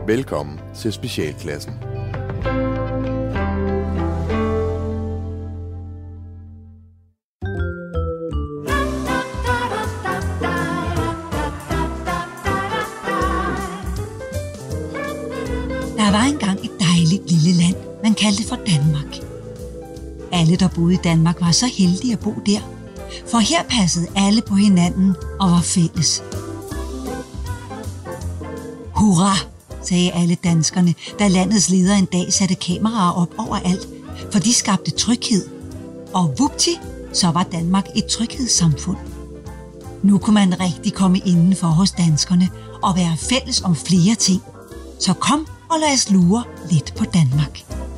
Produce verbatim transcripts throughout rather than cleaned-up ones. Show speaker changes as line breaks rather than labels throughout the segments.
Velkommen til Specialklassen.
Der var engang et dejligt lille land, man kaldte for Danmark. Alle, der boede i Danmark, var så heldige at bo der, for her passede alle på hinanden og var fælles. Hurra, sagde alle danskerne, da landets leder en dag satte kameraer op overalt, for de skabte tryghed. Og vupti, så var Danmark et tryghedssamfund. Nu kunne man rigtig komme indenfor hos danskerne og være fælles om flere ting. Så kom og lad os lure lidt på Danmark.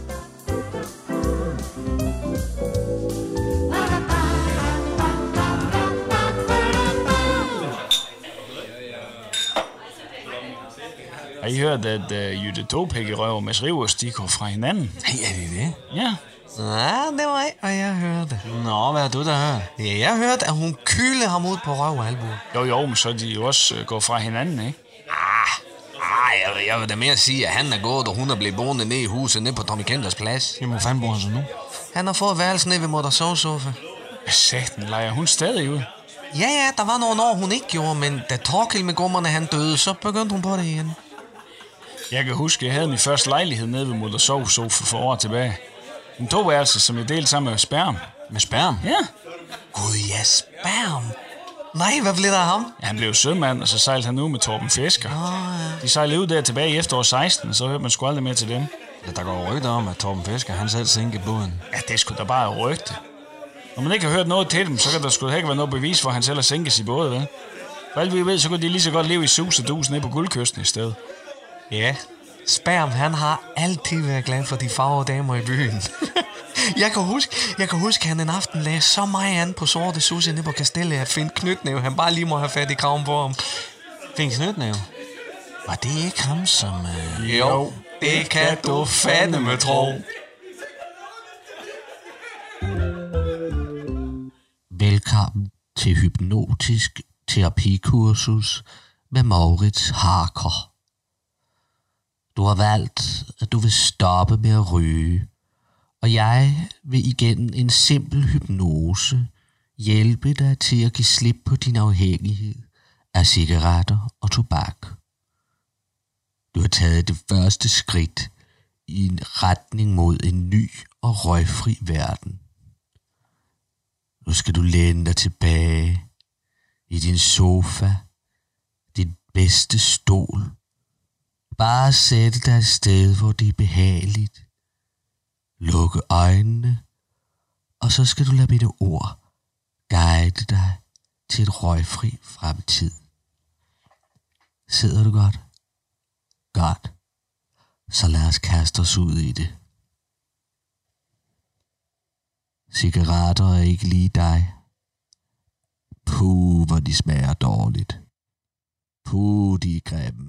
Har I hørt, at uh, Jytte Topækkerøv og Mads Rivers, de går fra hinanden?
Ja, det er det.
Ja.
Ja, det var ikke, hvad jeg hørte. Nå, hvad har du der hørt? Ja, jeg hørte, at hun kylede ham ud på røv og albu.
Jo, jo, men så de jo også uh, går fra hinanden, ikke?
Ah, ah jeg, jeg vil da mere sige, at han er gået, og hun er blevet boende nede i huset, nede på Tommy Kenders plads.
Jamen, hvor fanden bor han så nu?
Han har fået værelsen nede ved Mutter Sovsofa.
Hvad satan, leger hun stadig ud?
Ja, ja, der var nogle år, hun ikke gjorde, men da Torkild med gummerne han døde, så begyndte hun på det igen.
Jeg kan huske, at jeg havde min første lejlighed nede ved Mutter Sovsofa for år tilbage. En toværelse, som jeg delte sammen med Sperm.
Med Sperm?
Ja.
Gud, ja, Sperm. Nej, hvad blev der af ham?
Ja, han blev sømand, og så sejlede han ud med Torben Fisker.
Oh, ja.
De sejlede ud der tilbage i efteråret seksten, og så hørte man sgu aldrig mere til dem.
Ja, der går rygter om, at Torben Fisker, han selv sænkede båden.
Ja, det skulle da bare rygte. Når man ikke har hørt noget til dem, så kan der sgu da ikke være noget bevis for, at han selv har sænket sin båd, vel? For alt vi ved, så kunne de lige så godt leve i sus og dus nede på Guldkysten i stedet.
Ja, Sperm, han har altid været glad for de farvede damer i byen. jeg, kan huske, jeg kan huske, at han en aften lagde så meget an på sorte sushi nede på Kastellet at finde Knytnæve. Han bare lige må have fat i kraven på ham. Fint Knytnæve? Var det ikke ham, som... Øh...
Jo, det kan du fandeme tro.
Velkommen til hypnotisk terapikursus med Moritz Harker. Du har valgt, at du vil stoppe med at ryge, og jeg vil igennem en simpel hypnose hjælpe dig til at give slip på din afhængighed af cigaretter og tobak. Du har taget det første skridt i en retning mod en ny og røgfri verden. Nu skal du læne dig tilbage i din sofa, din bedste stol. Bare sætte dig et sted, hvor det er behageligt. Lukke øjnene, og så skal du lade mine ord guide dig til et røgfri fremtid. Sidder du godt? Godt. Så lad os kaste os ud i det. Cigaretter er ikke lige dig. Puh, hvor de smager dårligt. Puh, de er grimme.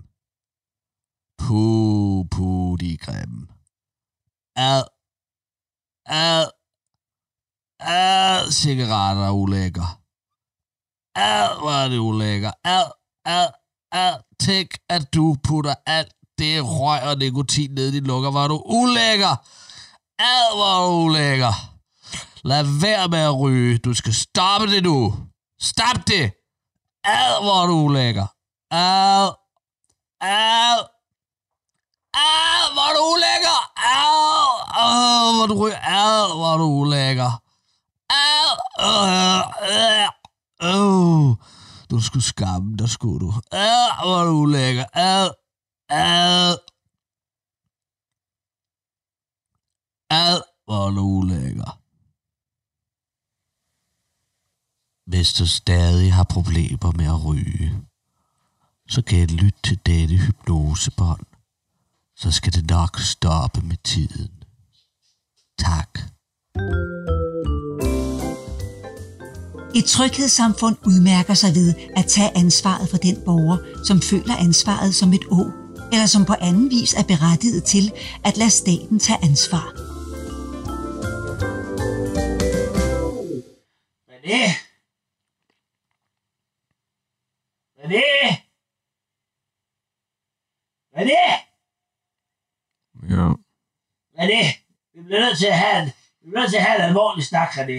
Puh, puh, de er grimme. Ad, ad, ad, cigaretter er ulækker. Ad, hvor er det ulækker. Ad, ad, ad, tænk, at du putter alt det røg og nikotin ned i din lukker. Hvor er du ulækker. Ad, hvor er du ulækker. Lad være med at ryge. Du skal stoppe det nu. Stop det. Ad, hvor er du ulækker. Ad, ad, ad, hvor er du ulækker. Ad, ad, hvor er du ryger. Ad, hvor er du ulækker. Ad, ad, ad, ad. Du skulle skamme dig, skulle du. Ad, hvor er du ulækker. Ad, ad. Ad, hvor er du ulækker. Hvis du stadig har problemer med at ryge, så kan jeg lytte til dette hypnosebånd. Så skal det nok stoppe med tiden. Tak.
Et tryghedssamfund udmærker sig ved at tage ansvaret for den borger, som føler ansvaret som et å, eller som på anden vis er berettiget til at lade staten tage ansvar.
Hvad er det? Hvad er det? Hvad er det?
bliver nødt til at have en, vi bliver nødt til at have en alvorlig snak, René.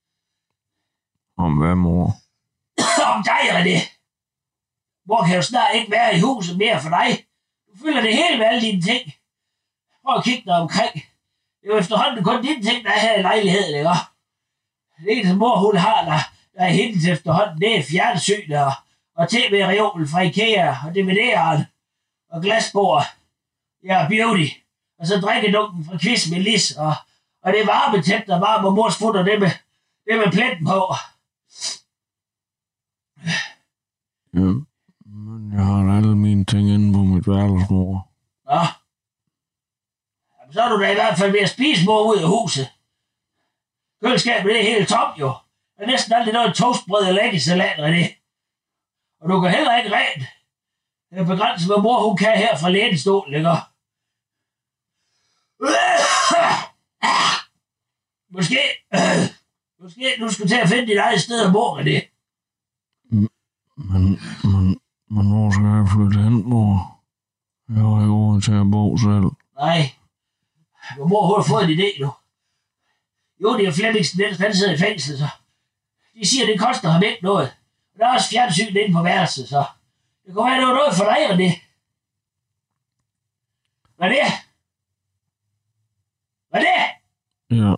Om hvad, mor?
Om dig, René. Mor kan jo snart ikke være i huset mere for dig. Du fylder det hele med alle dine ting. Prøv at kigge dig omkring. Det er jo efterhånden kun dine ting, der er her i lejligheden, ikke? Det eneste mor, hun har, der, der er hendes efterhånden, det er fjernsynet og, og T V-reolen fra IKEA og D V D'eren og glasbord. Ja, beauty. Og så drikkedunken fra Quiz med Lis og, og det varmetæt, der var på mors fod, og det med, det med pletten på.
Ja, men jeg har alle mine ting inde på mit værelse, mor.
Nå. Jamen, så er du da i hvert fald ved at spise mor ud af huset. Køleskabet det er helt tomt, jo. Der er næsten aldrig noget toastbrød eller æggesalat, René. Og du kan heller ikke rent. Det er begrænset, hvad mor hun kan her fra lænestolen, ikke? Måske, øh, måske du skulle til at finde dit eget sted at bo, René.
Men, men, men hvor skal jeg flytte hen, mor? Jeg har ikke råd til at bo selv.
Nej. Men mor, hun har fået en idé nu. Jo, det er Flemmingsen, den sidder i fængsel, så. De siger, det koster ham ikke noget. Og der er også fjernsyn inde på værelset, så. Det kunne være, det var noget for dig, René. Hvad er det? Hvad er det?
Ja.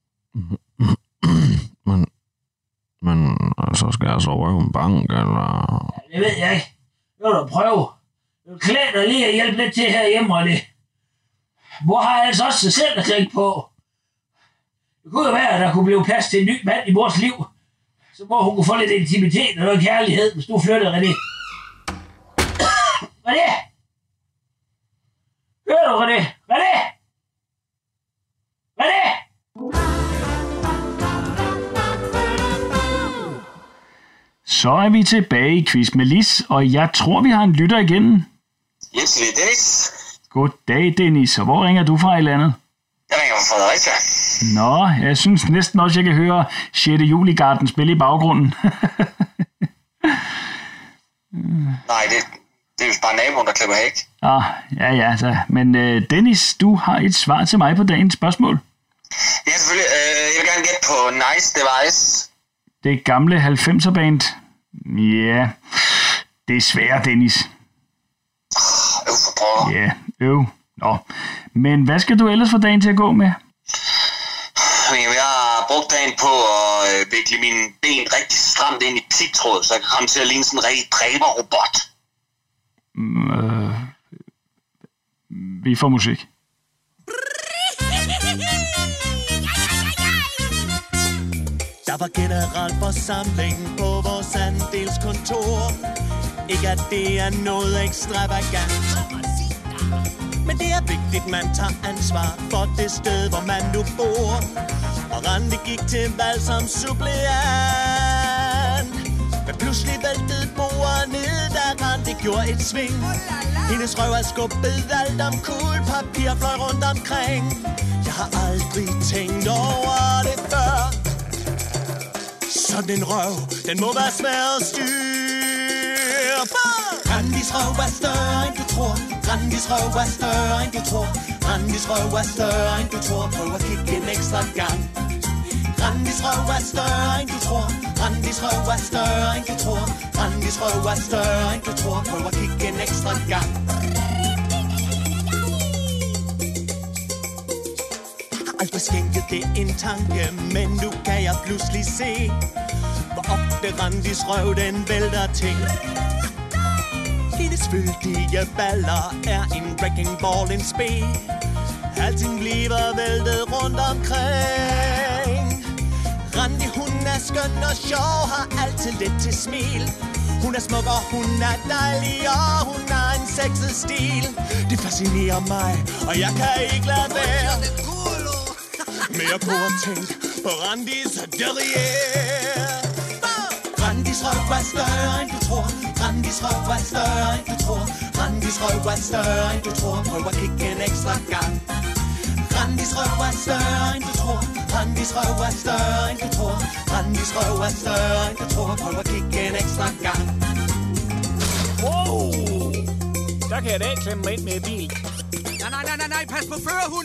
Men, men så skal jeg så røve en bank, eller?
Ja, det ved jeg ikke. Det vil du prøve. Det vil klæde dig lige at hjælpe lidt til herhjemme, René. Mor har altså også sig selv at tænke på. Det kunne jo være, at der kunne blive plads til en ny mand i mors liv. Så må hun kunne få lidt intimitet og noget kærlighed, hvis du flytter, René. René! Hører du, René? René! René!
Så er vi tilbage i Quiz med Lis, og jeg tror, vi har en lytter igen.
Yes, det er Dennis.
Goddag, Dennis. Og hvor ringer du fra i landet?
Jeg ringer fra Fredericia.
Nå, jeg synes næsten også, jeg kan høre sjette juli-garden spille i baggrunden.
Nej, det, det er jo bare naboen, der klipper hæk.
Ah, ja, ja, så. Men uh, Dennis, du har et svar til mig på dagens spørgsmål.
Ja, selvfølgelig. Uh, jeg vil gerne gætte på Nice Device.
Det gamle halvfemser band. Ja, det er svært, Dennis.
Øv for prøver.
Ja, øv. Nå. Men hvad skal du ellers få dagen til at gå med?
Jeg har brugt dagen på at øh, vikle mine ben rigtig stramt ind i pigtråd, så jeg kan komme til at ligne sådan en rigtig dræberrobot.
Mm, øh, vi får musik.
Der var generalforsamling på vores andelskontor. Ikke at det er noget ekstravagant, men det er vigtigt, man tager ansvar for det sted, hvor man nu bor. Og Randi gik til valg som suppleant, men pludselig væltede bordet ned, da Randi gjorde et sving. Hendes røv er skubbet alt om kuglepapir fløj rundt omkring. Jeg har aldrig tænkt over det før. Sådan en røv, den må være svær at styre. Randis røv er større end du tror. Randis røv er større end du tror. Randis røv er større end du tror. Prøv at kigge en ekstra gang. Randis røv er større end du tror. Randis røv er større end du tror. Randis røv er større end du tror. Prøv at kigge en ekstra gang. Aldrig skænket det en tanke, men nu kan jeg pludselig se, hvor ofte Randis røv den vælter til. Hendes fyldige baller er en wrecking ball in speed. Alting bliver væltet rundt omkring. Randi, hun er skøn og sjov, har altid lidt til smil. Hun er smuk og hun er dejlig, og hun har en sexet stil. Det fascinerer mig, og jeg kan ikke lade være med at gå og tænke på Randis derrière. Randis røv er større end du tror. Randis røv er større end du tror. Randis røv er større end du tror. Prøv at kigge en ekstra gang. Randis røv er større end du tror. Randis røv er større end du tror. Randis røv er større end du tror. Prøv at kigge en ekstra gang.
Wow! Der kan jeg da ikke klemme mig ind med bil.
Nej, nej, nej, nej, nej, pas på førerhunden.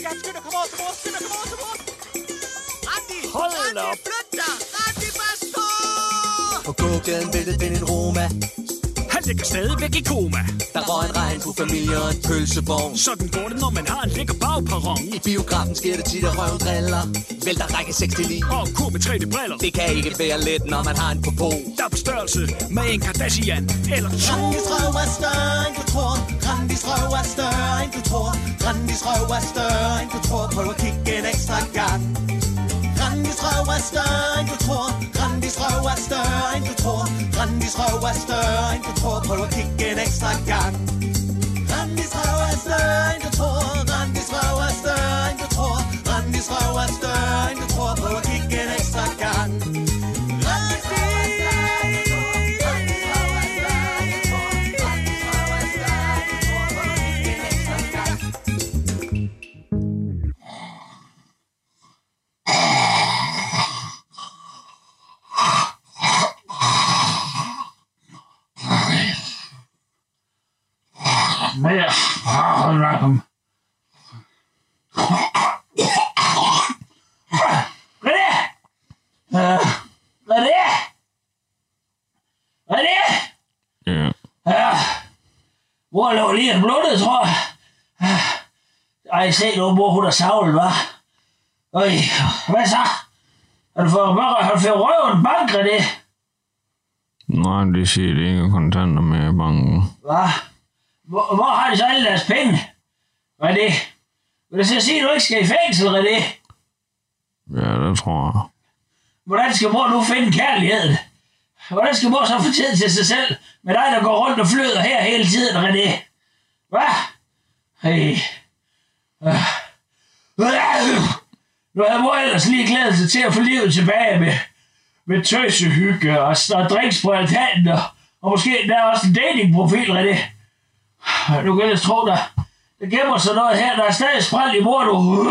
Skat, skynd dig, kom over til mor. Skynd dig, kom over til mor. Randi,
Hold
Randi,
op.
flyt dig. Randi, bare stå. På gågaden væltede den en Roma.
Han ligger stadigvæk i koma.
Der røg en regn på familie og en pølsevogn.
Sådan går det, når man har en lækker bagperron.
I biografen sker det tit, at røven driller. Vælter række seks til ni.
Og kur med tre D-briller.
Det kan ikke være let, når man har en popo.
Der er på størrelse med en Kardashian eller to.
Randis røv er større, end du tror. Randis røv er større, end du tror. Randis røv er større, end du tror. Prøv at kigge en ekstra gang. Randis røv er større, end du tror. Randis røv er større, end du tror. Randis røv er større, end du tror. Prøv at kigge en ekstra gang. Randis røv er større, end du tror. Randis røv er større, end du tror. Randis røv er større, end du tror. Prøv at kigge en ekstra gang. Randis røv er større, end du tror. Randis røv er større, end du tror. Randis røv er større, end du tror. Prøv at kigge en ekstra gang.
Mere. Hold da op. René! René! René!
Ja.
Ja. Mor lå lige en blundet, tror jeg. Ej, se nu, mor, hun er savlet, hva'? Øj, hvad så? Har du fået mørre? Har du fået røven bank, René?
Nej, det siger det ikke kontanter med i banken.
Hvad? Hvor, hvor har de så alle deres penge? René? Vil du så sige, at du ikke skal i fængsel, René?
Ja, det tror jeg.
Hvordan skal mor nu finde kærligheden? Hvordan skal mor så få tid til sig selv, med dig, der går rundt og flyder her hele tiden, René? Hvad? Hey. Nu havde mor ellers lige glædet sig til at få livet tilbage med, med tøsehygge og, og drinks på altanen, og, og måske der er også en datingprofil, René. Du kan ellers tro, der, der gemmer sig noget her, der er stadig sprændt i mor, du.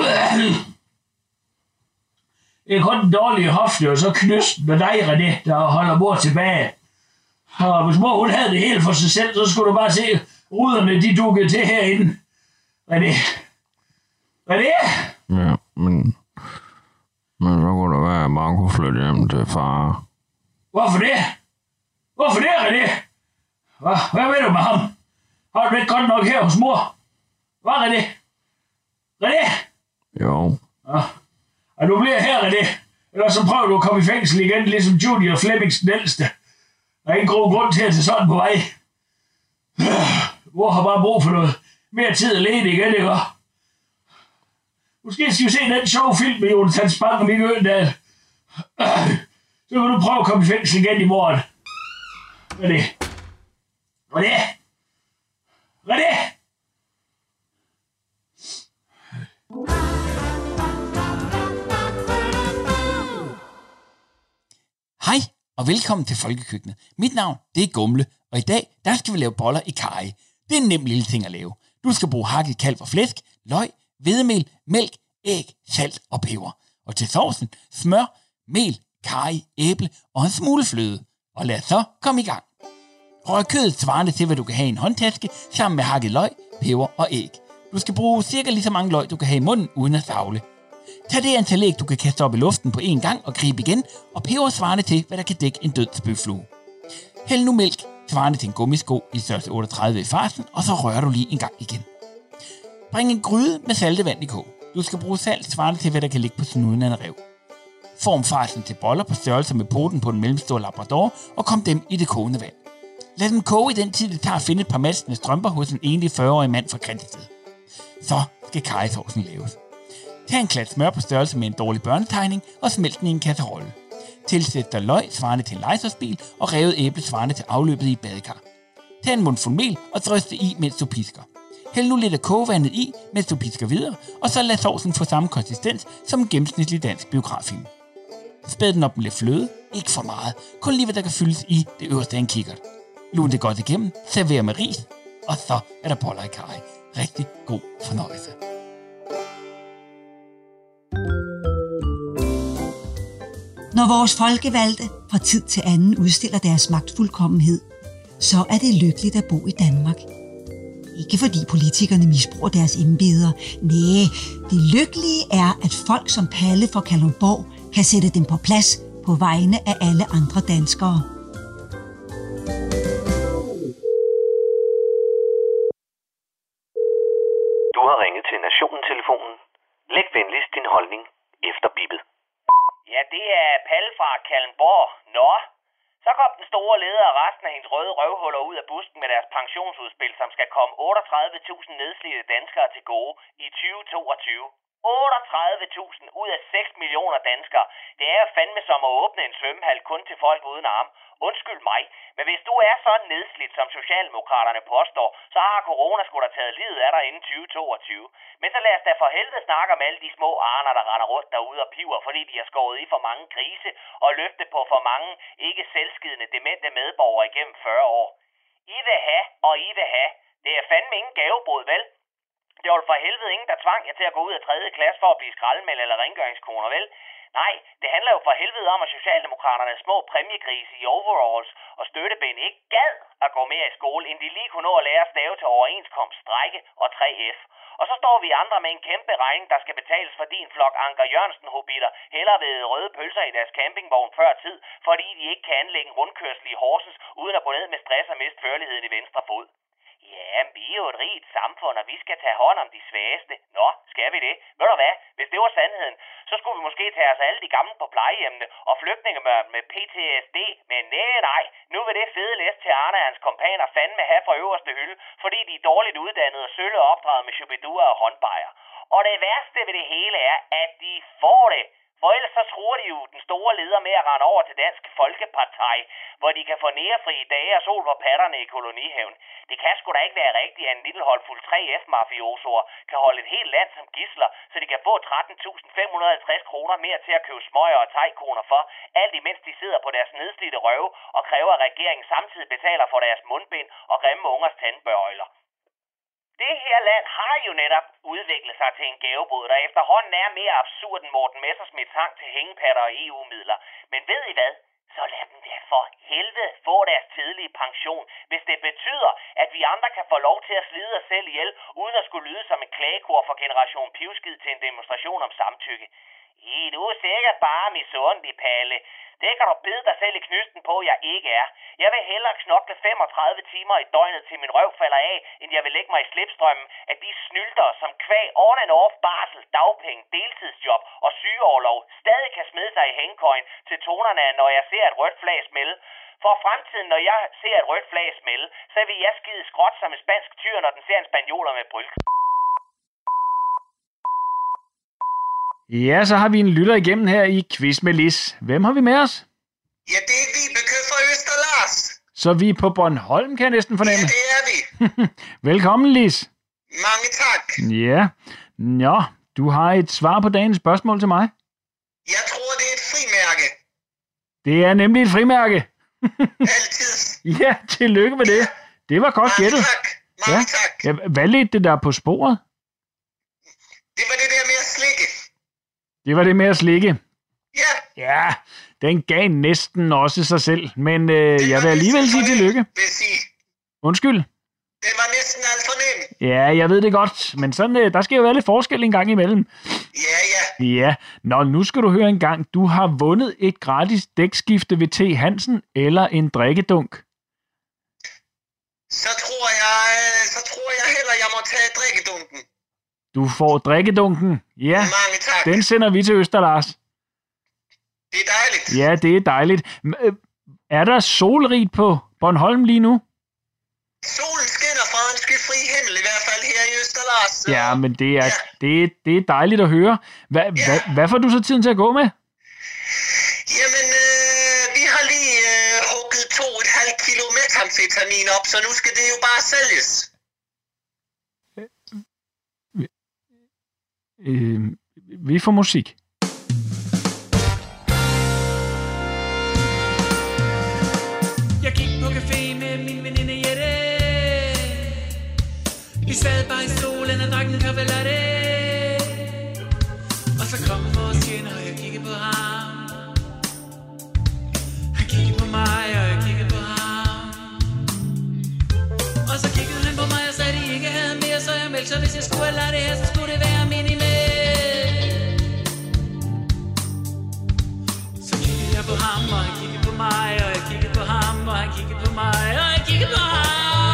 Det er kun den dårlige hofte, og så knysten med dig, René, der holder mor tilbage. Og hvis mor hun havde det hele for sig selv, så skulle du bare se ruderne, de dukkede til herinde. René. René?
Ja, men... Men så kunne det være, at jeg bare kunne flytte hjem til far.
Hvorfor det? Hvorfor det, René? Hvad, hvad ved du med ham? Har du det ikke godt nok her hos mor? Hvad, René? René?
Jo.
Ja. Og du bliver her, René. Ellers så prøver du at komme i fængsel igen, ligesom Junior Flemmings den ældste. Der er ingen god grund til at tage sådan på vej. Mor har bare brug for noget mere tid alene igen, ikke? Måske skal vi se den sjove film med Jonathan Spang og Mikke Øgendal. Så kan du prøve at komme i fængsel igen i morgen. René. René. René.
Hej og velkommen til Folkekøkkenet. Mit navn, det er Gumle, og i dag, der skal vi lave boller i karry. Det er en nem lille ting at lave. Du skal bruge hakket kalv og flæsk, løg, hvedemel, mælk, æg, salt og peber. Og til sovsen, smør, mel, karry, æble og en smule fløde. Og lad os så komme i gang. Rør kødet svarende til, hvad du kan have i en håndtaske, sammen med hakket løg, peber og æg. Du skal bruge cirka lige så mange løg, du kan have i munden, uden at savle. Tag det antal æg, du kan kaste op i luften på én gang og gribe igen, og peber svarende til, hvad der kan dække en død spøgflue. Hæld nu mælk svarende til en gummisko i størrelse otteogtredive i farsen, og så rører du lige en gang igen. Bring en gryde med saltevand i kog. Du skal bruge salt svarende til, hvad der kan ligge på snuden af en rev. Form farsen til boller på størrelse med poten på en mellemstor labrador, og kom dem i det kogende vand. Lad dem koge i den tid, det tager at finde et par matchende strømper hos en enlig fyrre-årig mand fra Grindsted. Så skal karrysovsen laves. Tag en klat smør på størrelse med en dårlig børnetegning og smelt den i en kasserolle. Tilsæt dig løg svarende til en lejsersbil og revet æble svarende til afløbet i et badekar. Tag en mundfuld mel og drys det i, mens du pisker. Hæld nu lidt af kogevandet i, mens du pisker videre, og så lad sovsen få samme konsistens som en gennemsnitlig dansk biograffilm. Spæd den op med lidt fløde, ikke for meget, kun lige hvad der kan fyldes i det øverste af en kikkert. Lun det godt igennem, server med ris, og så er der boller i karry. Rigtig god fornøjelse.
Når vores folkevalgte fra tid til anden udstiller deres magtfuldkommenhed, så er det lykkeligt at bo i Danmark. Ikke fordi politikerne misbruger deres embeder. Næh, det lykkelige er, at folk som Palle fra Kalundborg kan sætte dem på plads på vegne af alle andre danskere.
Du har ringet til Nationen-telefonen. Læg venligst din holdning efter bippet.
Ja, det er Palle fra Kalundborg. Nå, så kom den store leder og resten af hendes røde røvhuller ud af busken med deres pensionsudspil, som skal komme otteogtredive tusind nedslidte danskere til gode i tyve toogtyve. otteogtredive tusind ud af seks millioner danskere. Det er jo fandme som at åbne en svømmehal kun til folk uden arm. Undskyld mig, men hvis du er så nedslidt, som Socialdemokraterne påstår, så har corona sgu da taget livet af dig inden tyve toogtyve. Men så lad os da for helvede snakke om alle de små arner, der render rundt derude og piver, fordi de har skåret i for mange grise og løftet på for mange ikke selvskidende demente medborgere igennem fyrre år. I vil have, og I vil have. Det er fandme ingen gavebod, vel? Det var for helvede ingen, der tvang jer til at gå ud af tredje klasse for at blive skraldemænd eller rengøringskoner, vel? Nej, det handler jo for helvede om, at Socialdemokraternes små præmiegrise i overalls og støtteben ikke gad at gå mere i skole, end de lige kunne nå at lære at stave til overenskomst, strække og tre F. Og så står vi andre med en kæmpe regning, der skal betales for din flok Anker Jørgensen-hobitter, hellere ved røde pølser i deres campingvogn før tid, fordi de ikke kan anlægge en rundkørsel i Horsens, uden at gå ned med stress og miste førligheden i venstre fod. Ja, vi er jo et rigt samfund, og vi skal tage hånd om de svageste. Nå, skal vi det? Ved du hvad? Hvis det var sandheden, så skulle vi måske tage os alle de gamle på plejehjemmene og flygtninge med, med P T S D. Men nej, nej, nu vil det fede læs til Arne og hans kompaner fandme have fra øverste hylde, fordi de er dårligt uddannede og sølle opdraget med chubidua og håndbejer. Og det værste ved det hele er, at de får det. For ellers så tror de jo den store leder med at rende over til Dansk Folkeparti, hvor de kan få nærefri dage og sol på patterne i kolonihaven. Det kan sgu da ikke være rigtigt, at en lille holdfuld tre F-mafiosoer kan holde et helt land som gidsler, så de kan få tretten tusind fem hundrede og halvtreds kroner mere til at købe smøger og tegkoner for, alt imens de sidder på deres nedslidte røve og kræver, at regeringen samtidig betaler for deres mundbind og grimme ungers tandbørøjler. Det her land har jo netop udviklet sig til en gavebod, der efterhånden er mere absurd end Morten Messerschmidts hang til hængepatter og E U-midler. Men ved I hvad? Så lad dem da for helvede få deres tidlige pension, hvis det betyder, at vi andre kan få lov til at slide os selv ihjel, uden at skulle lyde som en klagekor for Generation Pivskid til en demonstration om samtykke. I, du er sikkert bare misundelig, Palle. Det kan du bide dig selv i knysten på, jeg ikke er. Jeg vil hellere knokle femogtredive timer i døgnet, til min røv falder af, end jeg vil lægge mig i slipstrømmen af de snylter, som kvæg on and off barsel, dagpenge, deltidsjob og sygeoverlov stadig kan smide sig i hængekøjen til tonerne af, når jeg ser et rødt flag smælde. For fremtiden, når jeg ser et rødt flag smælde, så vil jeg skide skråt som en spansk tyr, når den ser en spanioler med bryl.
Ja, så har vi en lytter igennem her i Quiz med Lis. Hvem har vi med os?
Ja, det er Vibeke fra Østerlars.
Så vi er på Bornholm, kan jeg næsten fornemme.
Ja, det er vi.
Velkommen, Lis.
Mange tak.
Ja, nå, du har et svar på dagens spørgsmål til mig.
Jeg tror, det er et frimærke.
Det er nemlig et frimærke.
Altid.
Ja, tillykke med det. Det var godt gættet.
Mange tak. Mange
ja.
tak.
Ja, hvad ledte det der på sporet?
Det var det der med at slikke.
Det var det med at slikke.
Ja.
Ja, den gav næsten også sig selv, men øh, jeg vil alligevel sige tillykke. Undskyld.
Det var næsten alt for nemt.
Ja, jeg ved det godt, men sådan, øh, der skal jo være lidt forskel en gang imellem.
Ja, ja.
Ja, nå, nu skal du høre en gang. Du har vundet et gratis dækskifte ved T. Hansen eller en drikkedunk.
Så tror jeg, så tror jeg heller, jeg må tage drikkedunken.
Du får drikkedunken. Ja,
mange tak.
Den sender vi til Østerlars.
Det er dejligt.
Ja, det er dejligt. Er der solrigt på Bornholm lige nu?
Solen skinner fra en skyfri himmel, i hvert fald her i Østerlars. Så...
Ja, men det er, ja. det, det er dejligt at høre. Hva, ja. hva, hvad får du så tiden til at gå med?
Jamen, øh, vi har lige øh, hugget to og et halvt kilo metamfetamin op, så nu skal det jo bare sælges.
Øh, vi får musik.
Jeg gik på café med min veninde Jette. Vi sad bare i solen og drak en kaffe latte. Og så kom vores tjener, og jeg kiggede på ham. Han kiggede på mig, og jeg kiggede på ham. Og så kiggede han på mig og sagde, det ikke vel, så hvis jeg skulle have ladet det her, så skulle det være minimalt. Så kiggede jeg på ham, og han kiggede på mig, og jeg kiggede på ham, og han kiggede på mig, og jeg kiggede på ham.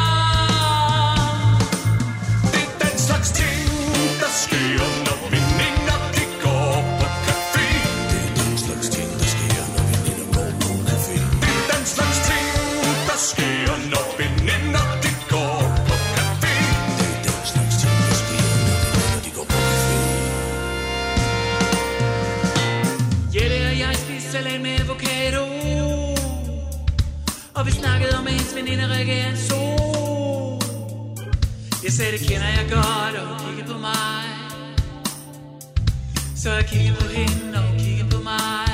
Det er den slags ting, der sker, når veninder de går på café. Det er den slags ting, der sker, når veninder går på café. Det er den slags ting, der sker, når veninder de går på café. Det er den slags ting, der sker, når veninder de går på café.
Jette og jeg spiste salat med avocado, og vi snakkede om, at hendes veninde Rikke er en sol. Jeg sagde, det kender jeg godt, og hun kiggede på mig. Så jeg kiggede på hende, og hun kiggede på mig.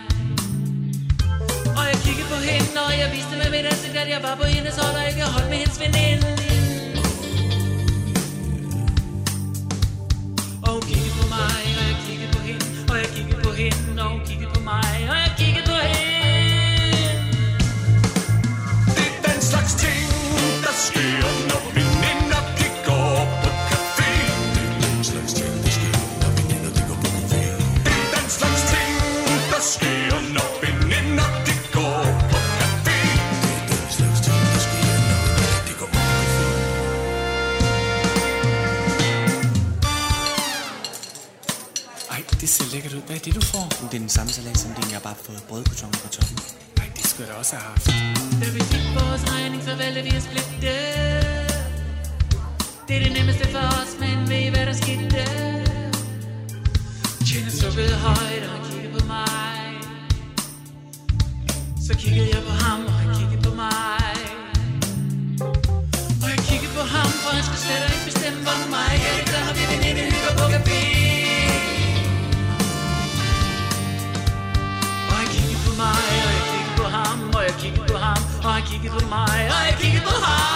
Og jeg kiggede på hende, og jeg viste med mit ansigt, at jeg var på hendes hold, og ikke holdt med hendes veninde. Og hun kiggede på mig, og jeg kiggede på hende, og jeg kiggede på hende, og hun kiggede på mig, og jeg kiggede på hende.
Det er den slags ting, der sker, når veninder de går på café. Det er den slags ting, der sker, når veninder de går på café. Det er den slags ting, der sker, når veninder de går på café. Det er den slags ting, der sker, når veninder de går på café.
Ej, det ser lækkert ud. Hvad er det, du får? Det er den samme salat, som din. Jeg har bare fået brødkartoner på toppen. Nej, det skulle jeg da også have haft.
Da vi fik vores regning, så valgte vi at splitte. Det er det nemmeste for os, men ved I, hvad der skete? Tjener sukkede højt, og han kiggede på mig. Så kiggede jeg på ham, og han kiggede på mig. Og jeg kiggede på ham, for han skulle slet ikke bestemme, hvor mig. Ja, det gør, når vi veninde hygger på café. Og han kiggede på mig, og jeg kiggede på ham, og jeg kiggede på ham, og han kiggede på mig, og jeg kiggede på ham.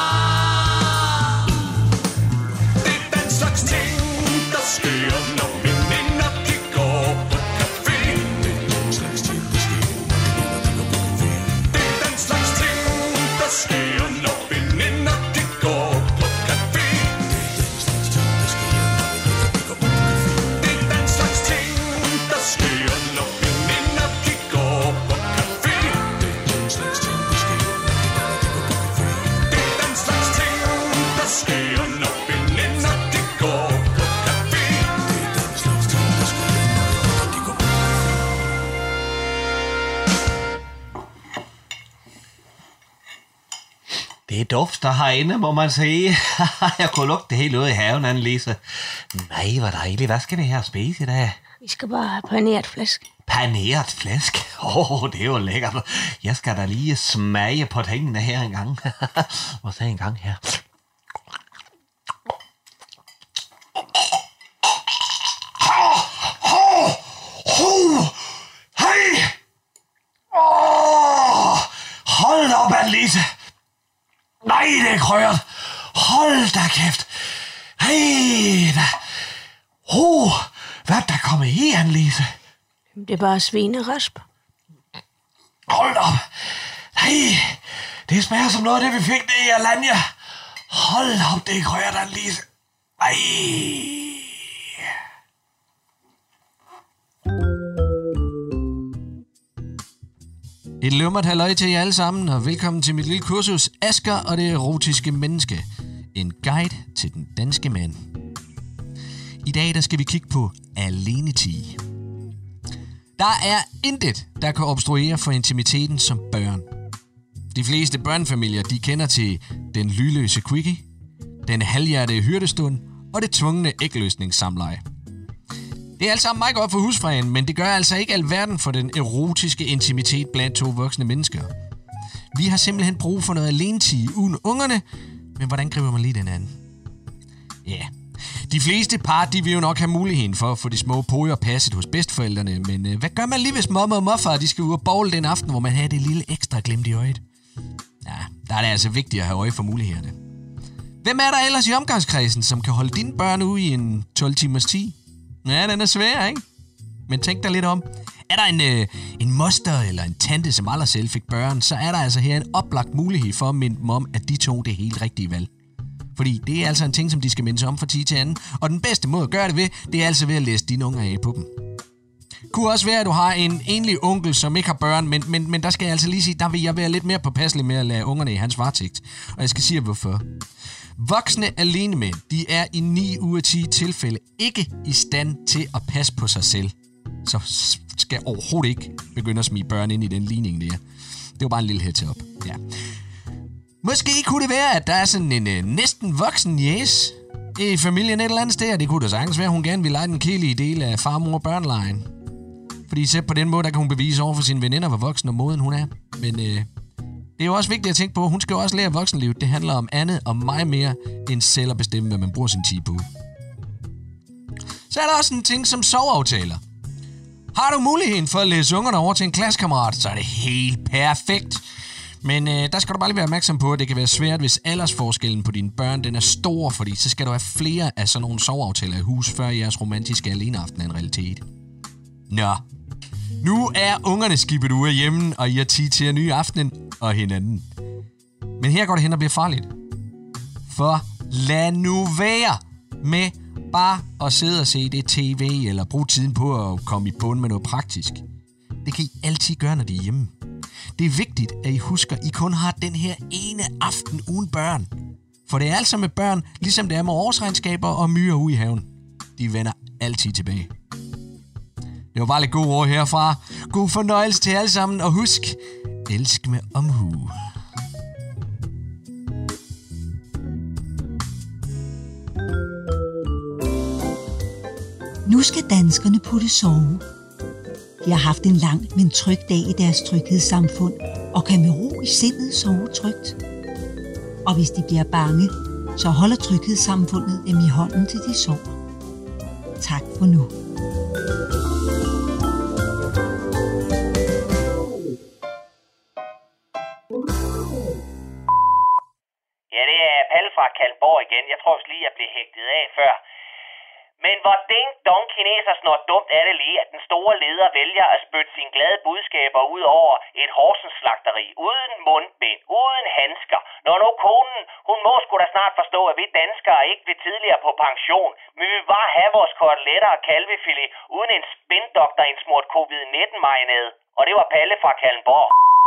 Det er den slags ting, der sker, når veninder de går på café. Det er den slags ting, der sker, når veninder de går på café. Det er den slags ting, der sker, når veninder de går på café. Det er den slags ting, der sker, når veninder de går på café. Det er den slags ting, der sker, når veninder de går på café. Det er den slags ting, der sker, når veninder de går på café. Det er den slags ting, der sker, når veninder de går på café. Det er den slags ting, der sker, når veninder de går på café.
Det dufter herinde, må man sige. Jeg kunne lugte det helt ud i haven, Anne-Lise. Nej, hvor dejligt. Hvad skal vi her spise i dag?
Vi skal bare have paneret flæsk.
Paneret flæsk? Åh, oh, det er jo lækkert. Jeg skal da lige smage på tingene her en gang. Må se en gang her. Hej! Åh, hold op, Anne-Lise. Nej, det er krøret. Hold da kæft. Hey, da. Oh, hvad er der kommet i, Anne-Lise?
Det er bare svinerasp.
Hold op. Nej, det smager som noget af det, vi fik det i Alanya. Hold op, det er krøret, Anne-Lise. Ej.
Et lømmert halløj til jer alle sammen, og velkommen til mit lille kursus Asger og det erotiske menneske. En guide til den danske mand. I dag der skal vi kigge på alenetid. Der er intet, der kan obstruere for intimiteten som børn. De fleste børnefamilier, de kender til den lydløse quickie, den halvhjertede hyrdestund og det tvungne ægløsningssamleje. Det er altså meget godt for husfreden, men det gør altså ikke alverden for den erotiske intimitet blandt to voksne mennesker. Vi har simpelthen brug for noget alenetid uden ungerne, men hvordan griber man lige den anden? Ja, yeah. De fleste par, de vil jo nok have muligheden for at få de små poger passet hos bedsteforældrene, men øh, hvad gør man lige, hvis mamma og morfar, de skal ud og bowl den aften, hvor man har det lille ekstra glimt i øjet? Ja, der er det altså vigtigt at have øje for mulighederne. Hvem er der ellers i omgangskredsen, som kan holde dine børn ude i en tolv timers tid? Ja, den er svær, ikke? Men tænk dig lidt om. Er der en, øh, en moster eller en tante, som aldrig selv fik børn, så er der altså her en oplagt mulighed for at minde dem om, at de to det er helt rigtige valg. Fordi det er altså en ting, som de skal mindes om fra tid til anden. Og den bedste måde at gøre det ved, det er altså ved at læse dine unger af på dem. Det kunne også være, at du har en enlig onkel, som ikke har børn, men, men, men der skal jeg altså lige sige, der vil jeg være lidt mere påpasselig med at lade ungerne i hans varetægt. Og jeg skal sige hvorfor. Voksne alene med, de er i ni ud af ti tilfælde ikke i stand til at passe på sig selv. Så skal overhovedet ikke begynde at smide børn ind i den ligning der. Det var bare en lille heads up. Ja. Måske kunne det være, at der er sådan en øh, næsten voksen jæs i familien et eller andet sted. Det kunne da sagtens være, at hun gerne vil lege den kedelige del af farmor og børnelejen. Fordi selv på den måde, der kan hun bevise over for sine veninder, hvor voksen og moden hun er. Men øh, det er jo også vigtigt at tænke på, hun skal jo også lære voksenlivet. Det handler om andet og meget mere end selv at bestemme, hvad man bruger sin tid på. Så er der også en ting som soveaftaler. Har du muligheden for at læse ungerne over til en klassekammerat, så er det helt perfekt. Men øh, der skal du bare lige være opmærksom på, at det kan være svært, hvis aldersforskellen på dine børn den er stor, fordi så skal du have flere af sådan nogle soveaftaler i hus, før jeres romantiske aleneaften er en realitet. Nå, nu er ungerne skibet ud af hjemmen, og I har tid til at nyde aftenen og hinanden. Men her går det hen og bliver farligt. For lad nu være med bare at sidde og se det tv, eller bruge tiden på at komme i bund med noget praktisk. Det kan I altid gøre, når de er hjemme. Det er vigtigt, at I husker, at I kun har den her ene aften uden børn. For det er altså med børn, ligesom det er med årsregnskaber og myrer ude i haven. De vender altid tilbage. Det var bare lidt gode ord herfra. God fornøjelse til alle sammen, og husk, elsk med omhu.
Nu skal danskerne putte sove. De har haft en lang, men tryg dag i deres tryghedssamfund, og kan med ro i sindet sove trygt. Og hvis de bliver bange, så holder tryghedssamfundet dem i hånden, til de sover. Tak for nu.
Ja, det er Palle fra Kalmborg igen. Jeg tror lige, jeg blev hægtet af før. Men hvor ding dong kineser snart dumt er det lige, at den store leder vælger at spytte sine glade budskaber ud over et Horsens slagteri, uden mundbind, uden handsker. Når nu konen, hun må sgu da snart forstå, at vi danskere ikke vil tidligere på pension, men vi vil bare have vores koteletter og kalvefilet uden en spindoktor indsmurt covid nitten marinade. Og det var Palle fra Kalmborg.